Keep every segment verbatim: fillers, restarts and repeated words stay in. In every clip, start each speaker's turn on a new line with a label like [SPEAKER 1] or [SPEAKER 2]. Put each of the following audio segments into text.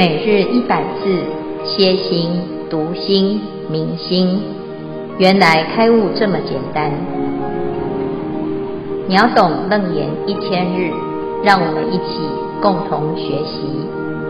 [SPEAKER 1] 每日一百字，歇心、读心、明心，原来开悟这么简单。秒懂楞严一千日，让我们一起共同学习。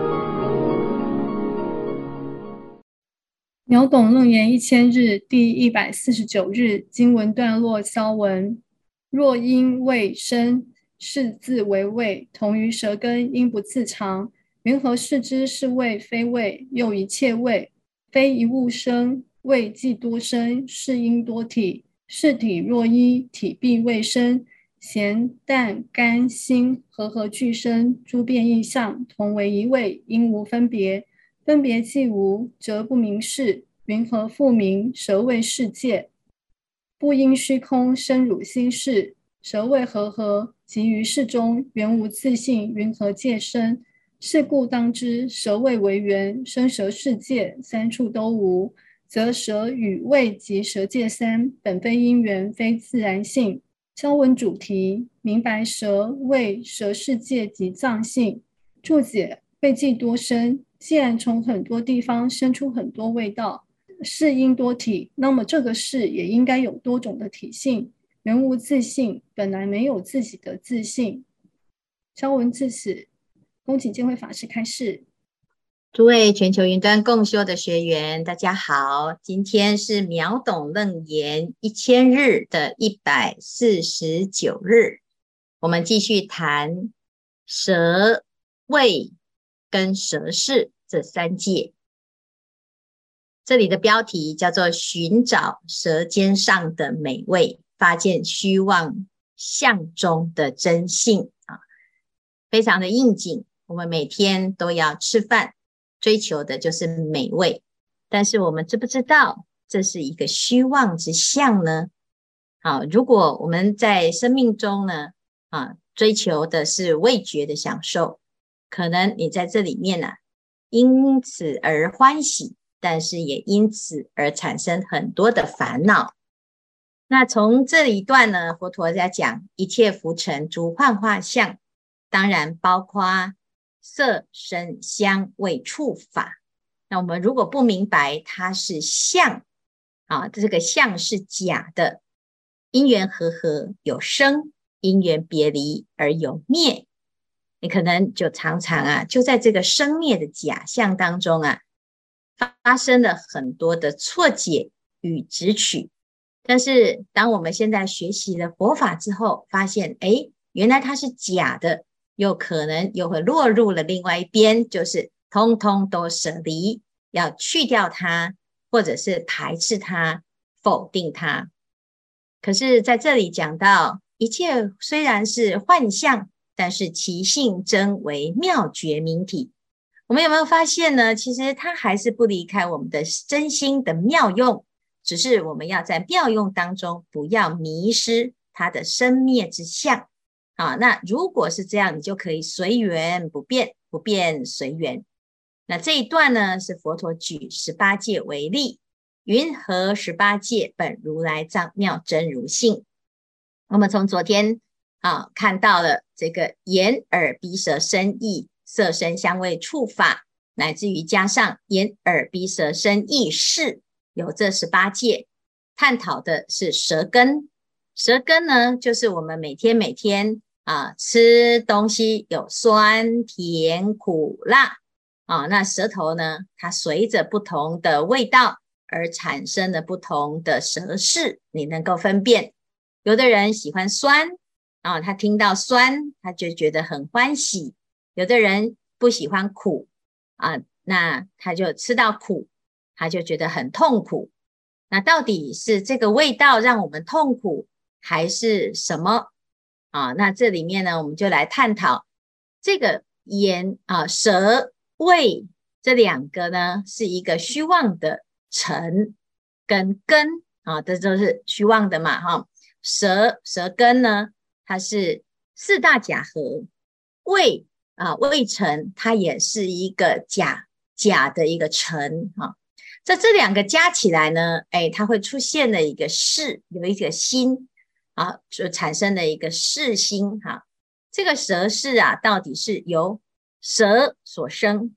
[SPEAKER 2] 秒懂楞严一千日第一百四十九日经文段落消文：若因谓生，是字为谓，同于舌根，因不自常。云何视之是谓非谓？又一切谓，非一物生，谓既多生，是因多体。是体若一，体必未生。咸淡甘辛和合俱生，诸变异相，同为一味，因无分别。分别既无，则不明事。云何复明？舌谓世界，不因虚空生汝心事。舌谓和合，即于事中，原无自性，云何界生？是故当知，舌谓为缘，生舌世界三处都无，则舌与味及舌界三本非因缘，非自然性。消文主题：明白舌、味、舌世界及藏性。注解：味既多生，既然从很多地方生出很多味道，是因多体，那么这个是也应该有多种的体性。原无自性，本来没有自己的自性。消文至此，恭请见慧法师开示。
[SPEAKER 3] 诸位全球云端共修的学员，大家好，今天是秒懂楞严一千日的一百四十九日，我们继续谈舌、味跟舌识这三界。这里的标题叫做寻找舌尖上的美味，发现虚妄相中的真性啊，非常的应景。我们每天都要吃饭，追求的就是美味，但是我们知不知道这是一个虚妄之相呢？好，如果我们在生命中呢，啊，追求的是味觉的享受，可能你在这里面呢、啊，因此而欢喜，但是也因此而产生很多的烦恼。那从这一段呢，佛陀在讲一切浮尘诸幻化相，当然包括色声香味触法。那我们如果不明白它是相啊，这个相是假的，因缘和合有生，因缘别离而有灭，你可能就常常啊，就在这个生灭的假象当中啊，发生了很多的错解与执取。但是当我们现在学习了佛法之后，发现诶，原来它是假的，有可能又会落入了另外一边，就是通通都舍离，要去掉它，或者是排斥它，否定它。可是在这里讲到，一切虽然是幻象，但是其性真为妙觉明体。我们有没有发现呢？其实它还是不离开我们的真心的妙用，只是我们要在妙用当中不要迷失它的生灭之相。啊，那如果是这样，你就可以随缘不变，不变随缘。那这一段呢，是佛陀举十八界为例，云何十八界本如来藏妙真如性。我们从昨天啊看到了这个眼耳鼻舌身意色声香味触法，乃至于加上眼耳鼻舌身意识，有这十八界，探讨的是舌根。舌根呢，就是我们每天每天啊吃东西有酸甜苦辣啊，那舌头呢，它随着不同的味道而产生了不同的舌识，你能够分辨。有的人喜欢酸啊，他听到酸他就觉得很欢喜，有的人不喜欢苦啊，那他就吃到苦他就觉得很痛苦。那到底是这个味道让我们痛苦还是什么啊？那这里面呢，我们就来探讨这个眼啊、舌、味这两个呢，是一个虚妄的尘跟根啊，这都是虚妄的嘛哈。舌舌根呢，它是四大假合，味啊味尘它也是一个假假的一个尘哈。这这两个加起来呢，哎，它会出现了一个识，有一个心啊，就产生了一个识心哈。这个舌识啊，到底是由舌所生，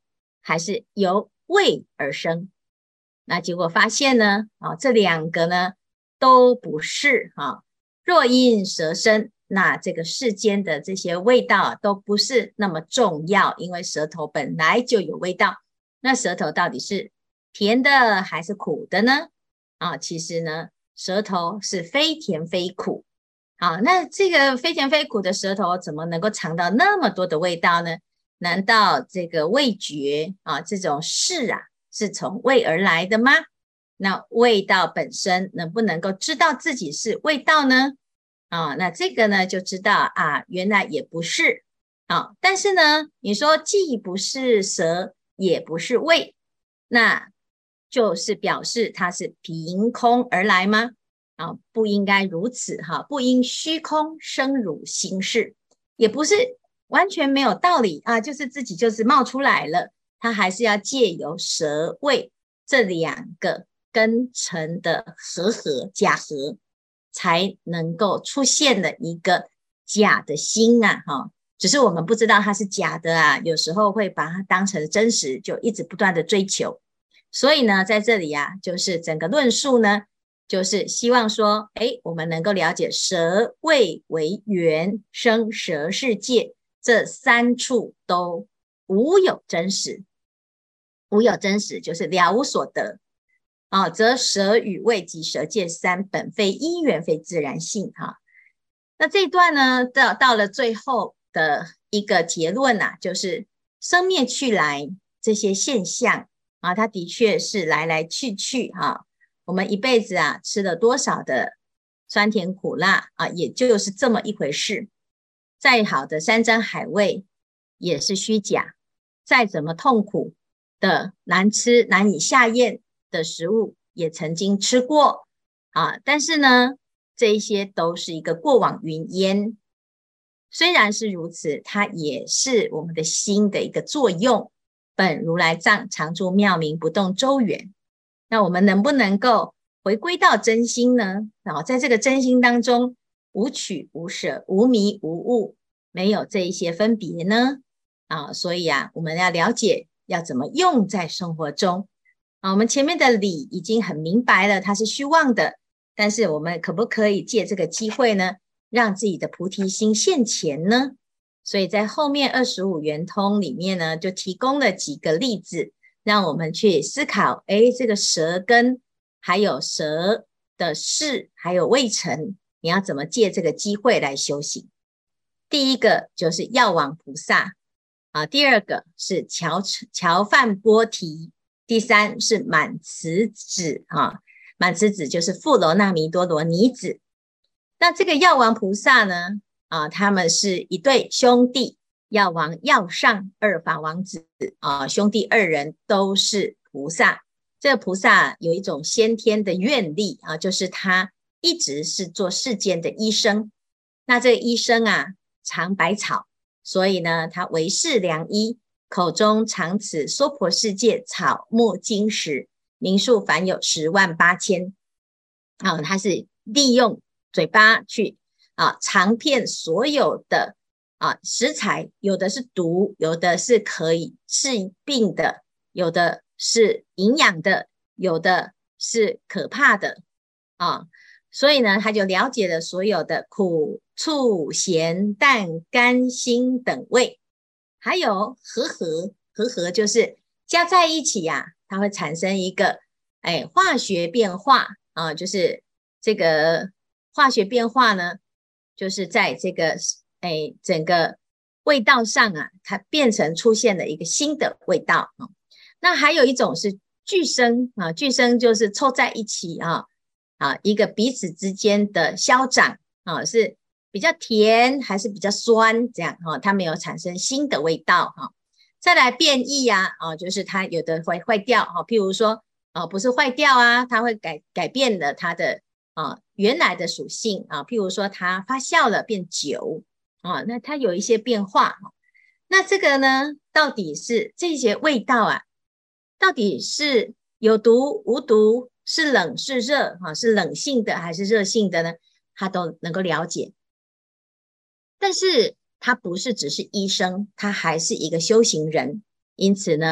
[SPEAKER 3] 还是由味而生？那结果发现呢，啊，这两个呢都不是啊。若因舌生，那这个世间的这些味道啊都不是那么重要，因为舌头本来就有味道。那舌头到底是甜的还是苦的呢？啊，其实呢，舌头是非甜非苦。好，那这个非甜非苦的舌头怎么能够尝到那么多的味道呢？难道这个味觉啊，这种事啊，是从味而来的吗？那味道本身能不能够知道自己是味道呢？啊，那这个呢就知道啊，原来也不是啊。但是呢，你说既不是舌，也不是味，那就是表示它是凭空而来吗？啊，不应该如此哈，不因虚空生汝心事，也不是完全没有道理啊，就是自己就是冒出来了，它还是要借由舌味这两个根尘的合合假合，才能够出现了一个假的心啊，哈，只是我们不知道它是假的啊，有时候会把它当成真实，就一直不断的追求。所以呢，在这里啊，就是整个论述呢，就是希望说，哎，我们能够了解舌味为缘生舌世界，这三处都无有真实，无有真实就是了无所得啊，则舌与味及舌界三本非因缘非自然性哈。那这一段呢，到到了最后的一个结论啊，就是生灭去来这些现象啊，它的确是来来去去哈。我们一辈子啊，吃了多少的酸甜苦辣啊，也就是这么一回事。再好的山珍海味也是虚假，再怎么痛苦的难吃难以下咽的食物也曾经吃过啊，但是呢，这一些都是一个过往云烟。虽然是如此，它也是我们的心的一个作用。本如来藏常住妙明不动周圆。那我们能不能够回归到真心呢？然后在这个真心当中，无取无舍，无迷无悟，没有这一些分别呢？啊，所以啊，我们要了解要怎么用在生活中。啊，我们前面的理已经很明白了，它是虚妄的，但是我们可不可以借这个机会呢，让自己的菩提心现前呢？所以在后面二十五圆通里面呢，就提供了几个例子，让我们去思考，诶，这个舌根，还有舌的事，还有味尘，你要怎么借这个机会来修行？第一个就是药王菩萨啊，第二个是乔乔梵波提，第三是满慈子啊，满慈子就是富罗那弥多罗尼子。那这个药王菩萨呢？啊，他们是一对兄弟，药王药上二法王子啊，兄弟二人都是菩萨。这个菩萨有一种先天的愿力啊，就是他一直是做世间的医生。那这个医生啊，尝百草，所以呢，他为世良医，口中常此娑婆世界草木金石，名数凡有十万八千。啊，他是利用嘴巴去。啊，尝遍所有的啊食材，有的是毒，有的是可以治病的，有的是营养的，有的是可怕的啊。所以呢，他就了解了所有的苦、醋、咸、淡、甘、辛等味，还有和合，和合就是加在一起呀、啊，它会产生一个哎化学变化啊，就是这个化学变化呢。就是在这个诶整个味道上啊，它变成出现了一个新的味道啊。那还有一种是俱生啊，俱生就是凑在一起啊啊，一个彼此之间的消长啊，是比较甜还是比较酸这样啊，它没有产生新的味道哈。再来变异啊啊，就是它有的会坏掉哈，譬如说啊，不是坏掉啊，它会改改变了它的。啊，原来的属性啊，譬如说它发酵了变酒啊，那它有一些变化。那这个呢，到底是这些味道啊，到底是有毒无毒，是冷是热啊，是冷性的还是热性的呢？它都能够了解。但是它不是只是医生，它还是一个修行人，因此呢，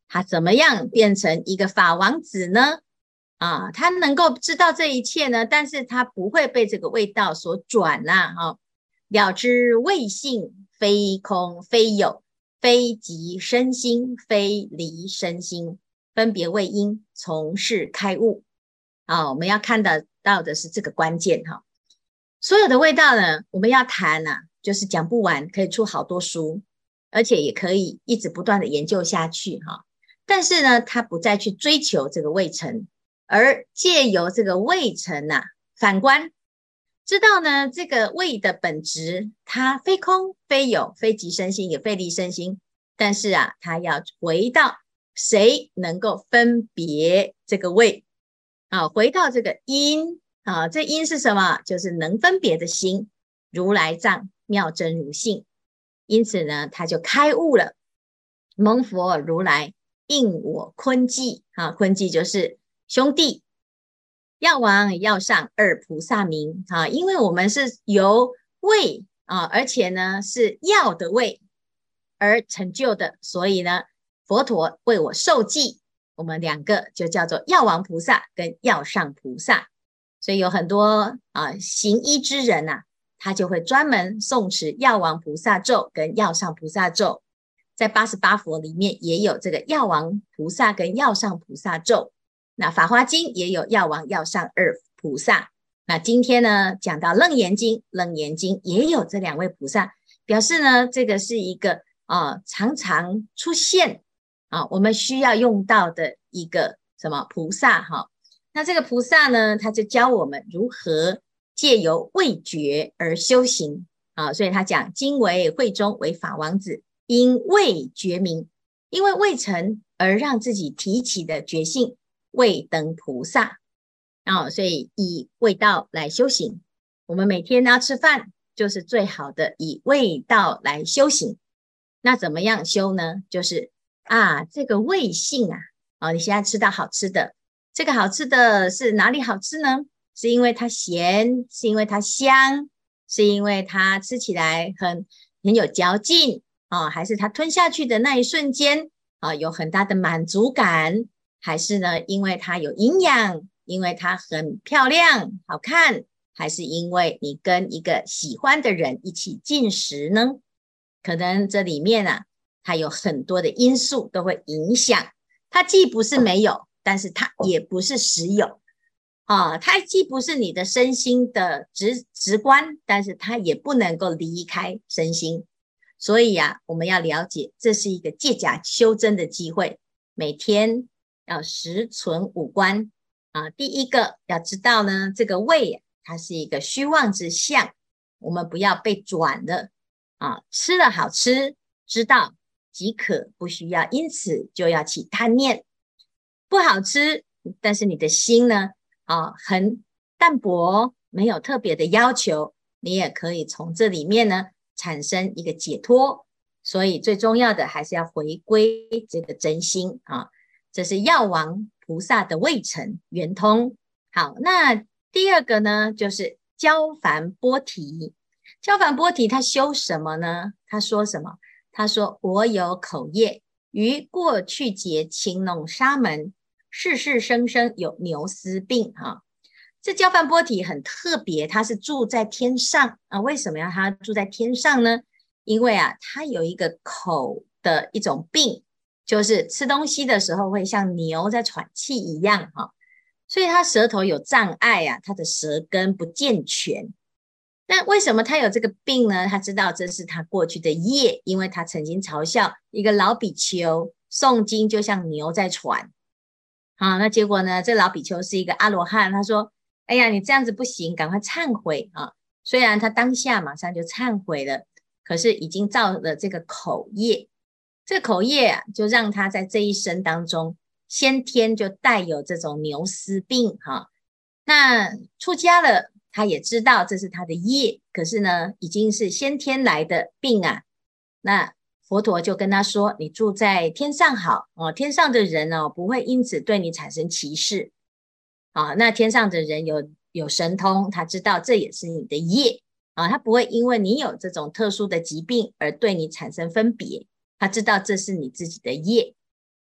[SPEAKER 3] 他怎么样变成一个法王子呢？啊，他能够知道这一切呢，但是他不会被这个味道所转啊。哦，了知味性，非空非有，非即身心，非离身心，分别为因，从事开悟。啊，我们要看得到的是这个关键哈。所有的味道呢，我们要谈啊，就是讲不完，可以出好多书，而且也可以一直不断的研究下去哈。但是呢，他不再去追求这个味尘，而借由这个味尘啊，反观知道呢，这个味的本质，它非空非有，非即身心，也非离身心。但是啊，他要回到谁能够分别这个味啊？回到这个因啊，这因是什么？就是能分别的心，如来藏妙真如性。因此呢，他就开悟了，蒙佛如来应我坤寂啊，坤寂就是兄弟。药王药上二菩萨名啊，因为我们是由味啊，而且呢是药的味而成就的，所以呢佛陀为我受记，我们两个就叫做药王菩萨跟药上菩萨。所以有很多啊行医之人啊，他就会专门诵持药王菩萨咒跟药上菩萨咒，在八十八佛里面也有这个药王菩萨跟药上菩萨咒。那法华经也有药王药上二菩萨，那今天呢讲到楞严经，楞严经也有这两位菩萨，表示呢这个是一个啊常常出现啊我们需要用到的一个什么菩萨哈。那这个菩萨呢，他就教我们如何借由味觉而修行啊，所以他讲今为会中为法王子，因味觉明，因为味尘而让自己提起的觉性，味等菩萨啊，所以以味道来修行。我们每天要吃饭，就是最好的以味道来修行。那怎么样修呢？就是啊，这个味性啊，啊，你现在吃到好吃的，这个好吃的是哪里好吃呢？是因为它咸，是因为它香，是因为它吃起来很很有嚼劲啊，还是它吞下去的那一瞬间啊有很大的满足感？还是呢，因为它有营养，因为它很漂亮好看，还是因为你跟一个喜欢的人一起进食呢？可能这里面啊，它有很多的因素都会影响。它既不是没有，但是它也不是实有啊，它既不是你的身心的直直观，但是它也不能够离开身心。所以啊，我们要了解，这是一个借假修真的机会，每天要实存五观啊。第一个要知道呢，这个味它是一个虚妄之相，我们不要被转了啊。吃了好吃，知道即可，不需要因此就要起贪念。不好吃，但是你的心呢啊很淡薄，没有特别的要求，你也可以从这里面呢产生一个解脱。所以最重要的还是要回归这个真心啊。这是药王菩萨的味尘圆通。好，那第二个呢，就是焦梵波提。焦梵波提他修什么呢？他说什么？他说我有口业，于过去劫情弄沙门，世世生生有牛斯病哈。这焦梵波提很特别，他是住在天上啊。为什么要他住在天上呢？因为啊，他有一个口的一种病，就是吃东西的时候会像牛在喘气一样哈，所以他舌头有障碍啊，他的舌根不健全。那为什么他有这个病呢？他知道这是他过去的业，因为他曾经嘲笑一个老比丘诵经就像牛在喘。好，那结果呢，这老比丘是一个阿罗汉，他说哎呀，你这样子不行，赶快忏悔啊！虽然他当下马上就忏悔了，可是已经造了这个口业，这个口业啊，就让他在这一生当中先天就带有这种牛斯病哈。那出家了，他也知道这是他的业，可是呢，已经是先天来的病啊。那佛陀就跟他说，你住在天上好哦，天上的人哦不会因此对你产生歧视啊。那天上的人有有神通，他知道这也是你的业啊，他不会因为你有这种特殊的疾病而对你产生分别，他知道这是你自己的业。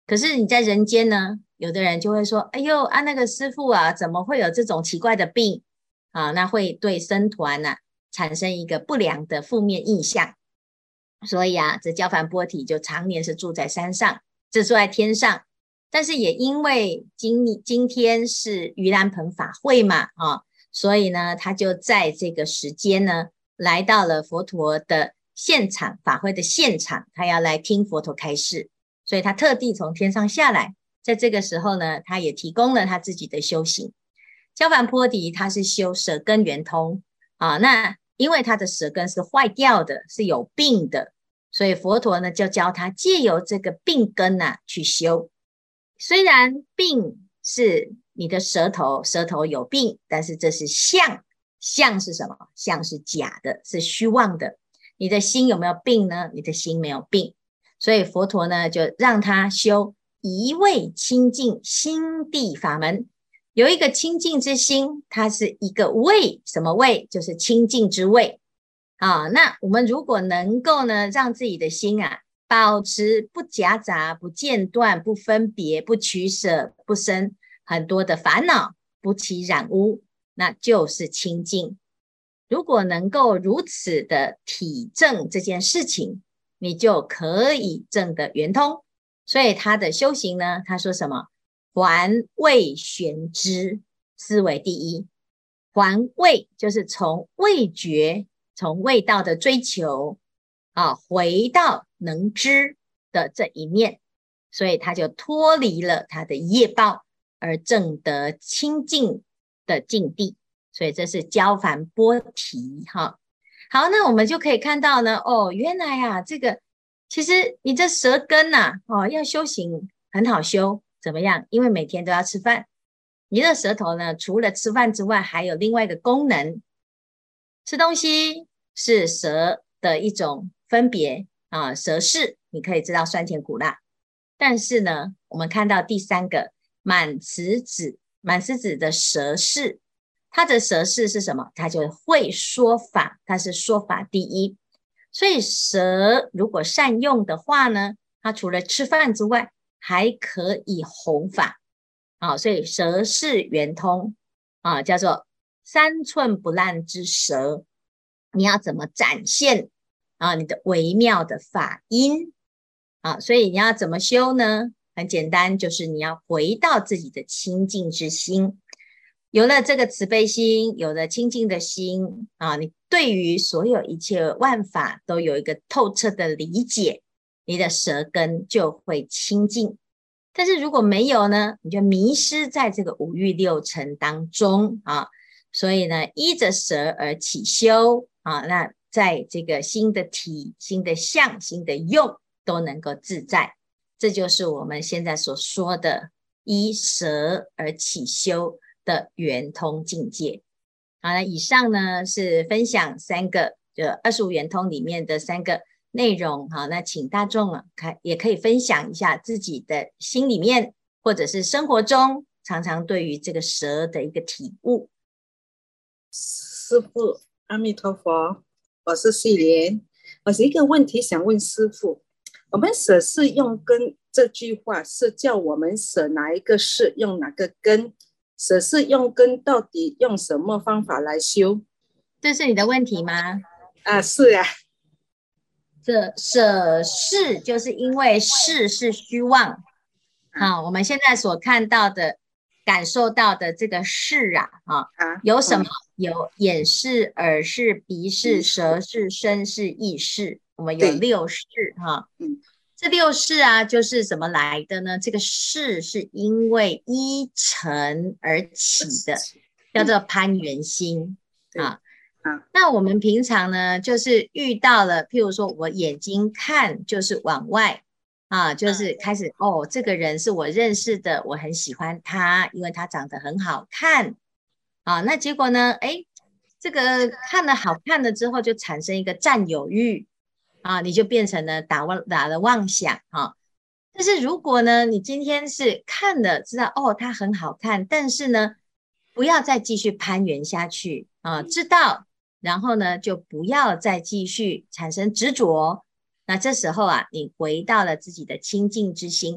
[SPEAKER 3] 可是你在人间呢，有的人就会说，哎呦啊，那个师父啊，怎么会有这种奇怪的病啊？那会对僧团呢、啊、产生一个不良的负面印象。所以啊，这焦凡波提就常年是住在山上，这住在天上。但是也因为今今天是盂兰盆法会嘛，啊，所以呢，他就在这个时间呢，来到了佛陀的现场，法会的现场，他要来听佛陀开示，所以他特地从天上下来。在这个时候呢，他也提供了他自己的修行。焦凡波提他是修舌根圆通啊，那因为他的舌根是坏掉的，是有病的，所以佛陀呢就教他借由这个病根啊去修。虽然病是你的舌头，舌头有病，但是这是相，相是什么？相是假的，是虚妄的。你的心有没有病呢？你的心没有病，所以佛陀呢就让他修一味清净心地法门。有一个清净之心，它是一个味，什么味？就是清净之味啊。那我们如果能够呢，让自己的心啊保持不夹杂、不间断、不分别、不取舍、不生很多的烦恼，不起染污，那就是清净。如果能够如此的体证这件事情，你就可以证得圆通。所以他的修行呢，他说什么？还味玄知，思维第一。还味就是从味觉，从味道的追求啊，回到能知的这一面，所以他就脱离了他的业报，而证得清净的境地。所以这是焦凡波提哈。好，那我们就可以看到呢，哦，原来啊，这个其实你这舌根呐、啊，哦，要修行很好修，怎么样？因为每天都要吃饭，你的舌头呢，除了吃饭之外，还有另外一个功能，吃东西是舌的一种分别啊，舌识，你可以知道酸甜苦辣。但是呢，我们看到第三个满慈子，满慈子的舌识，它的舌识是什么？它就会说法，它是说法第一。所以舌如果善用的话呢，它除了吃饭之外，还可以弘法啊。所以舌识圆通啊，叫做三寸不烂之舌。你要怎么展现啊你的微妙的法音啊？所以你要怎么修呢？很简单，就是你要回到自己的清净之心。有了这个慈悲心，有了清净的心啊，你对于所有一切万法都有一个透彻的理解，你的舌根就会清净。但是如果没有呢，你就迷失在这个五欲六尘当中啊。所以呢，依着舌而起修啊，那在这个心的体、心的相、心的用都能够自在。这就是我们现在所说的依舌而起修的圆通境界。好，那以上呢是分享三个，就二十五圆通里面的三个内容。好，那请大众啊，看也可以分享一下自己的心里面，或者是生活中常常对于这个舌的一个体悟。
[SPEAKER 4] 师父，阿弥陀佛，我是细莲，我是一个问题想问师父。我们舍是用根这句话是叫我们舍哪一个是用哪个根？舍是用根到底用什么方法来修？
[SPEAKER 3] 这是你的问题吗？
[SPEAKER 4] 啊，是啊。
[SPEAKER 3] 这舍是就是因为是是虚妄。好，我们现在所看到的感受到的这个是啊，啊，有什么？有眼识、耳识、鼻识、舌识、身识、意识，我们有六识哈。嗯，这六识啊，就是怎么来的呢？这个识是因为依尘而起的，叫做攀缘心啊。那我们平常呢，就是遇到了，譬如说我眼睛看就是往外啊，就是开始哦，这个人是我认识的，我很喜欢他，因为他长得很好看。啊，那结果呢？哎，这个看了好看了之后，就产生一个占有欲啊，你就变成了打妄打了妄想啊。但是如果呢，你今天是看了知道哦，它很好看，但是呢，不要再继续攀援下去啊，知道，然后呢，就不要再继续产生执着。那这时候啊，你回到了自己的清净之心，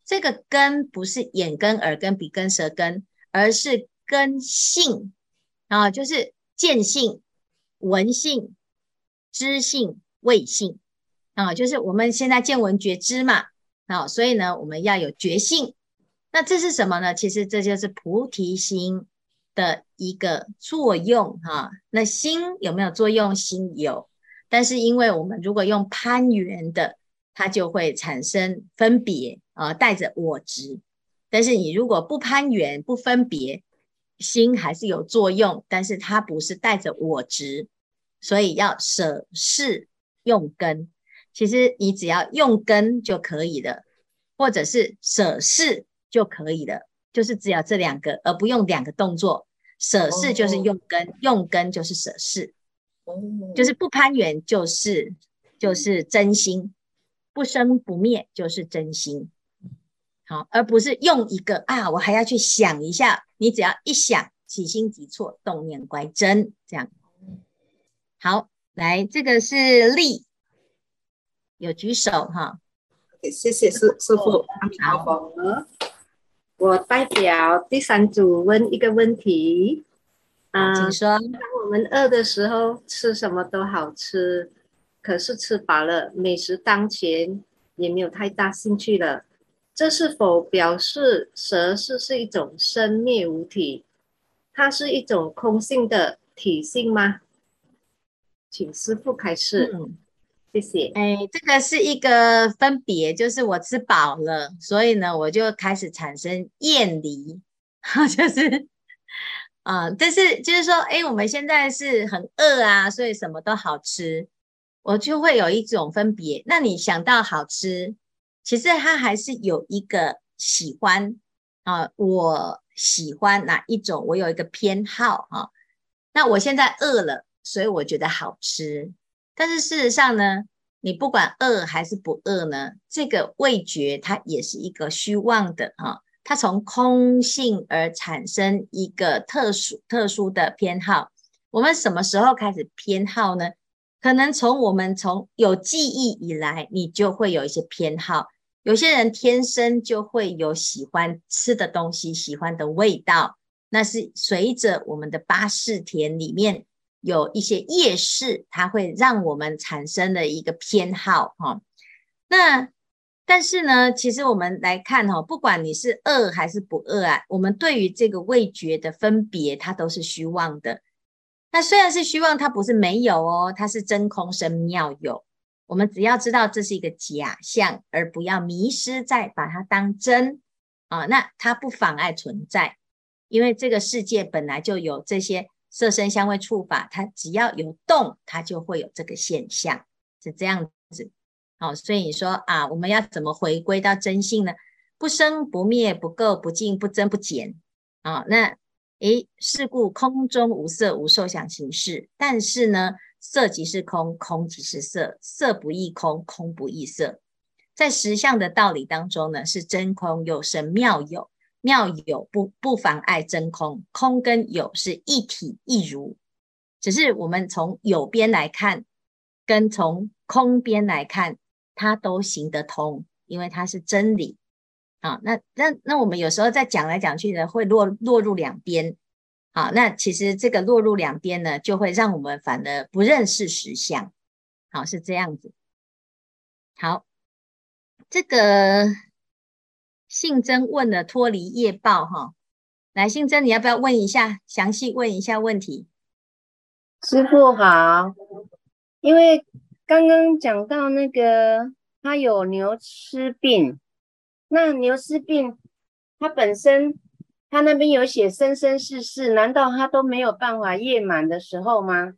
[SPEAKER 3] 这个根不是眼根、耳根、鼻根、舌根，而是根性啊，就是见性、闻性、知性、味性啊，就是我们现在见闻觉知嘛啊，所以呢，我们要有觉性。那这是什么呢？其实这就是菩提心的一个作用哈。那心有没有作用？心有，但是因为我们如果用攀缘的，它就会产生分别啊，带着我执。但是你如果不攀缘、不分别，心还是有作用，但是它不是带着我执，所以要舍事用根。其实你只要用根就可以了，或者是舍事就可以了，就是只要这两个，而不用两个动作。舍事就是用根，哦、用根就是舍事，哦、就是不攀缘就是就是真心，不生不灭就是真心。好，而不是用一个啊，我还要去想一下。你只要一想，起心即错，动念乖真，这样。好，来，这个是力，有举手哈。
[SPEAKER 4] 谢谢师师父，阿弥陀佛。
[SPEAKER 5] 我代表第三组问一个问题。
[SPEAKER 3] 啊，请说。
[SPEAKER 5] 当我们饿的时候，吃什么都好吃，可是吃饱了，美食当前，也没有太大兴趣了。这是否表示蛇是是一种生灭无体，它是一种空性的体性吗？请师父开示。嗯，谢谢。
[SPEAKER 3] 哎，这个是一个分别，就是我吃饱了，所以呢，我就开始产生厌离，就是啊、呃，但是就是说，哎，我们现在是很饿啊，所以什么都好吃，我就会有一种分别。那你想到好吃，其实它还是有一个喜欢啊、呃，我喜欢哪一种，我有一个偏好啊。那我现在饿了，所以我觉得好吃。但是事实上呢，你不管饿还是不饿呢，这个味觉它也是一个虚妄的啊，它从空性而产生一个特殊特殊的偏好。我们什么时候开始偏好呢？可能从我们从有记忆以来，你就会有一些偏好。有些人天生就会有喜欢吃的东西，喜欢的味道，那是随着我们的八识田里面有一些业识，它会让我们产生了一个偏好哈。那但是呢，其实我们来看哈，不管你是饿还是不饿啊，我们对于这个味觉的分别，它都是虚妄的。那虽然是虚妄，它不是没有哦，它是真空生妙有。我们只要知道这是一个假象，而不要迷失在把它当真啊，那它不妨碍存在，因为这个世界本来就有这些色声香味触法，它只要有动，它就会有这个现象，是这样子。好，所以你说啊，我们要怎么回归到真性呢？不生不灭，不垢不净，不增不减啊。那诶，是故空中无色无受想行识，但是呢，色即是空，空即是色，色不异空，空不异色。在实相的道理当中呢，是真空有生妙有，妙有不不妨碍真空，空跟有是一体一如。只是我们从有边来看，跟从空边来看，它都行得通，因为它是真理啊。那那那我们有时候在讲来讲去呢，会落落入两边。好，那其实这个落入两边呢，就会让我们反而不认识实相。好，是这样子。好，这个信真问了脱离业报哈，来，信真你要不要问一下，详细问一下问题？
[SPEAKER 5] 师父好，因为刚刚讲到那个他有牛吃病，那牛吃病它本身。他那边有写生生世世，难道他都没有办法业满的时候吗？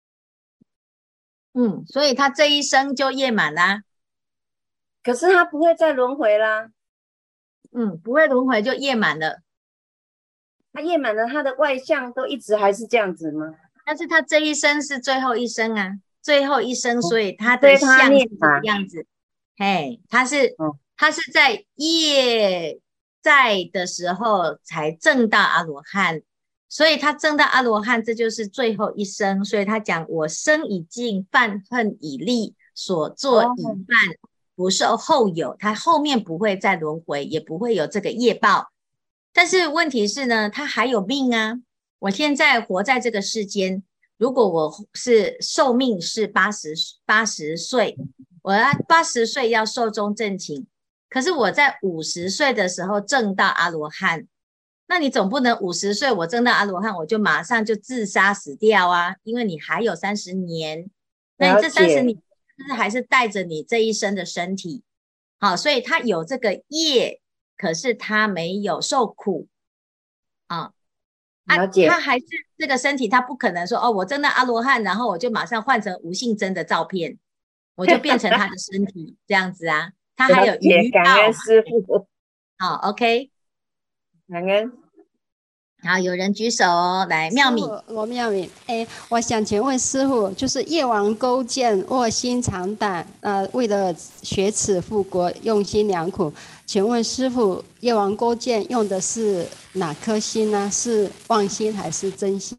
[SPEAKER 3] 嗯，所以他这一生就业满啦。
[SPEAKER 5] 可是他不会再轮回啦。
[SPEAKER 3] 嗯，不会轮回就业满了。
[SPEAKER 5] 他业满了，他的外相都一直还是这样子吗？
[SPEAKER 3] 但是他这一生是最后一生啊，最后一生，所以他的相是这个样子。嘿，他是、嗯、他是在业在的时候才证到阿罗汉，所以他证到阿罗汉，这就是最后一生。所以他讲我生已尽，犯恨已立，所作已犯，哦、 不受后有，他后面不会再轮回，也不会有这个业报。但是问题是呢，他还有命啊。我现在活在这个世间，如果我是寿命是八十八十岁，我要八十岁要寿终正寝，可是我在五十岁的时候证到阿罗汉，那你总不能五十岁我证到阿罗汉，我就马上就自杀死掉啊，因为你还有三十年，那你这三十年还是带着你这一生的身体，好，所以他有这个业，可是他没有受苦啊。啊，他还是这个身体，他不可能说哦，我真的阿罗汉，然后我就马上换成无性真的照片，我就变成他的身体这样子啊。他还有余报。
[SPEAKER 6] 感恩师父。
[SPEAKER 3] 好 ，OK，
[SPEAKER 6] 感恩。
[SPEAKER 3] 好，有人举手哦，来，妙敏，
[SPEAKER 7] 罗妙敏，哎，我想请问师父，就是夜王勾践卧薪尝胆，呃，为了学此复国，用心良苦。请问师父，夜王勾践用的是哪颗心呢？是妄心还是真心？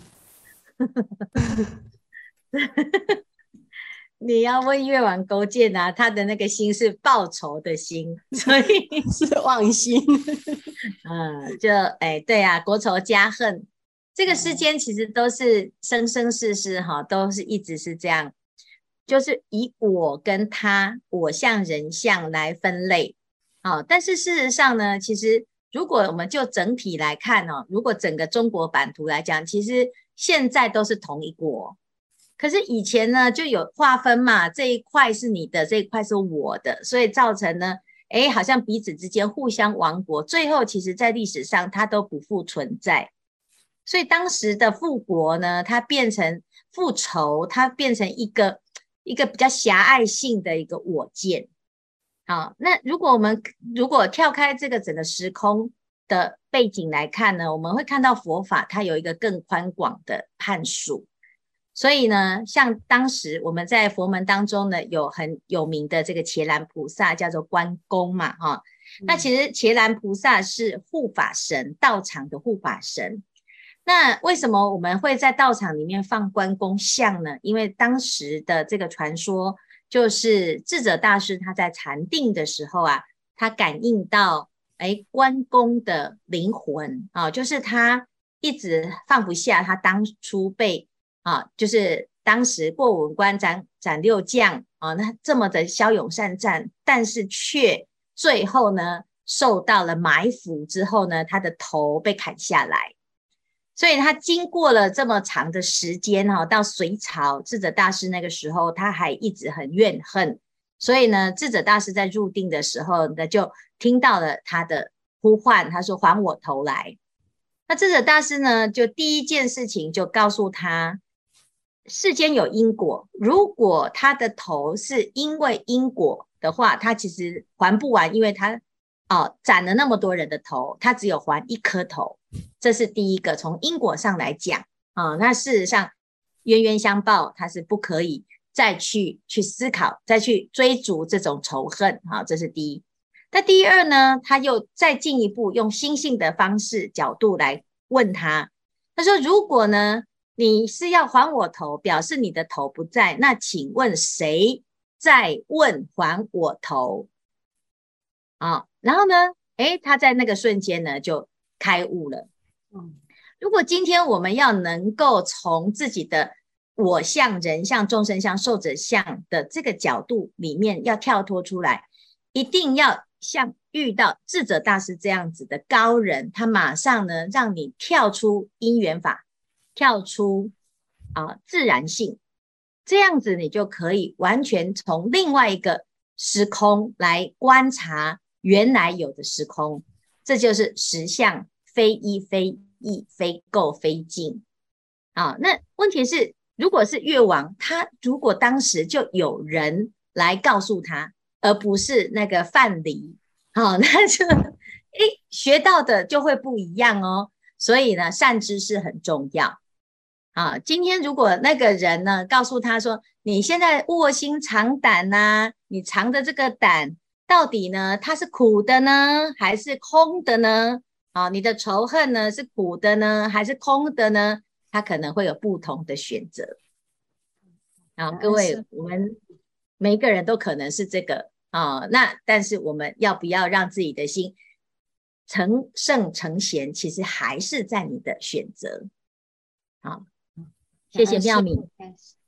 [SPEAKER 3] 你要问越王勾践啊，他的那个心是报仇的心，所以
[SPEAKER 7] 是妄心。
[SPEAKER 3] 嗯，就哎，对啊，国仇家恨，这个世间其实都是生生世世哈，都是一直是这样，就是以我跟他，我相人相来分类。好，但是事实上呢，其实如果我们就整体来看哦，如果整个中国版图来讲，其实现在都是同一国。可是以前呢，就有划分嘛，这一块是你的，这一块是我的，所以造成呢，哎，好像彼此之间互相亡国，最后其实在历史上它都不复存在。所以当时的复国呢，它变成复仇，它变成一个一个比较狭隘性的一个我见。好，那如果我们如果跳开这个整个时空的背景来看呢，我们会看到佛法它有一个更宽广的判述。所以呢，像当时我们在佛门当中呢，有很有名的这个伽蓝菩萨，叫做关公嘛，哈、哦。那其实伽蓝菩萨是护法神，道场的护法神。那为什么我们会在道场里面放关公像呢？因为当时的这个传说，就是智者大师他在禅定的时候啊，他感应到，哎，关公的灵魂啊、哦，就是他一直放不下他当初被。啊，就是当时过五关斩斩六将啊，那这么的骁勇善战，但是却最后呢受到了埋伏之后呢，他的头被砍下来，所以他经过了这么长的时间哈、啊，到隋朝智者大师那个时候，他还一直很怨恨，所以呢，智者大师在入定的时候呢，就听到了他的呼唤，他说：“还我头来。”那智者大师呢，就第一件事情就告诉他。世间有因果，如果他的头是因为因果的话，他其实还不完，因为他哦斩了那么多人的头，他只有还一颗头，这是第一个。从因果上来讲啊、哦，那事实上冤冤相报，他是不可以再去去思考，再去追逐这种仇恨啊、哦，这是第一。那第二呢，他又再进一步用心性的方式角度来问他，他说如果呢？你是要还我头，表示你的头不在，那请问谁在问还我头？啊，然后呢，诶，他在那个瞬间呢就开悟了。嗯，如果今天我们要能够从自己的我相、人相、众生相、寿者相的这个角度里面要跳脱出来，一定要像遇到智者大师这样子的高人，他马上呢让你跳出因缘法。跳出啊、呃、自然性，这样子你就可以完全从另外一个时空来观察原来有的时空，这就是实相，非一非异，非垢非净啊。那问题是，如果是越王，他如果当时就有人来告诉他，而不是那个范蠡，好、啊，那就诶学到的就会不一样哦。所以呢，善知识很重要。啊，今天如果那个人呢，告诉他说，你现在卧薪尝胆啊，你尝的这个胆到底呢，它是苦的呢，还是空的呢？啊，你的仇恨呢，是苦的呢，还是空的呢？他可能会有不同的选择。啊，各位，我们每一个人都可能是这个啊、那但是我们要不要让自己的心成圣成贤，其实还是在你的选择。好，谢谢妙敏。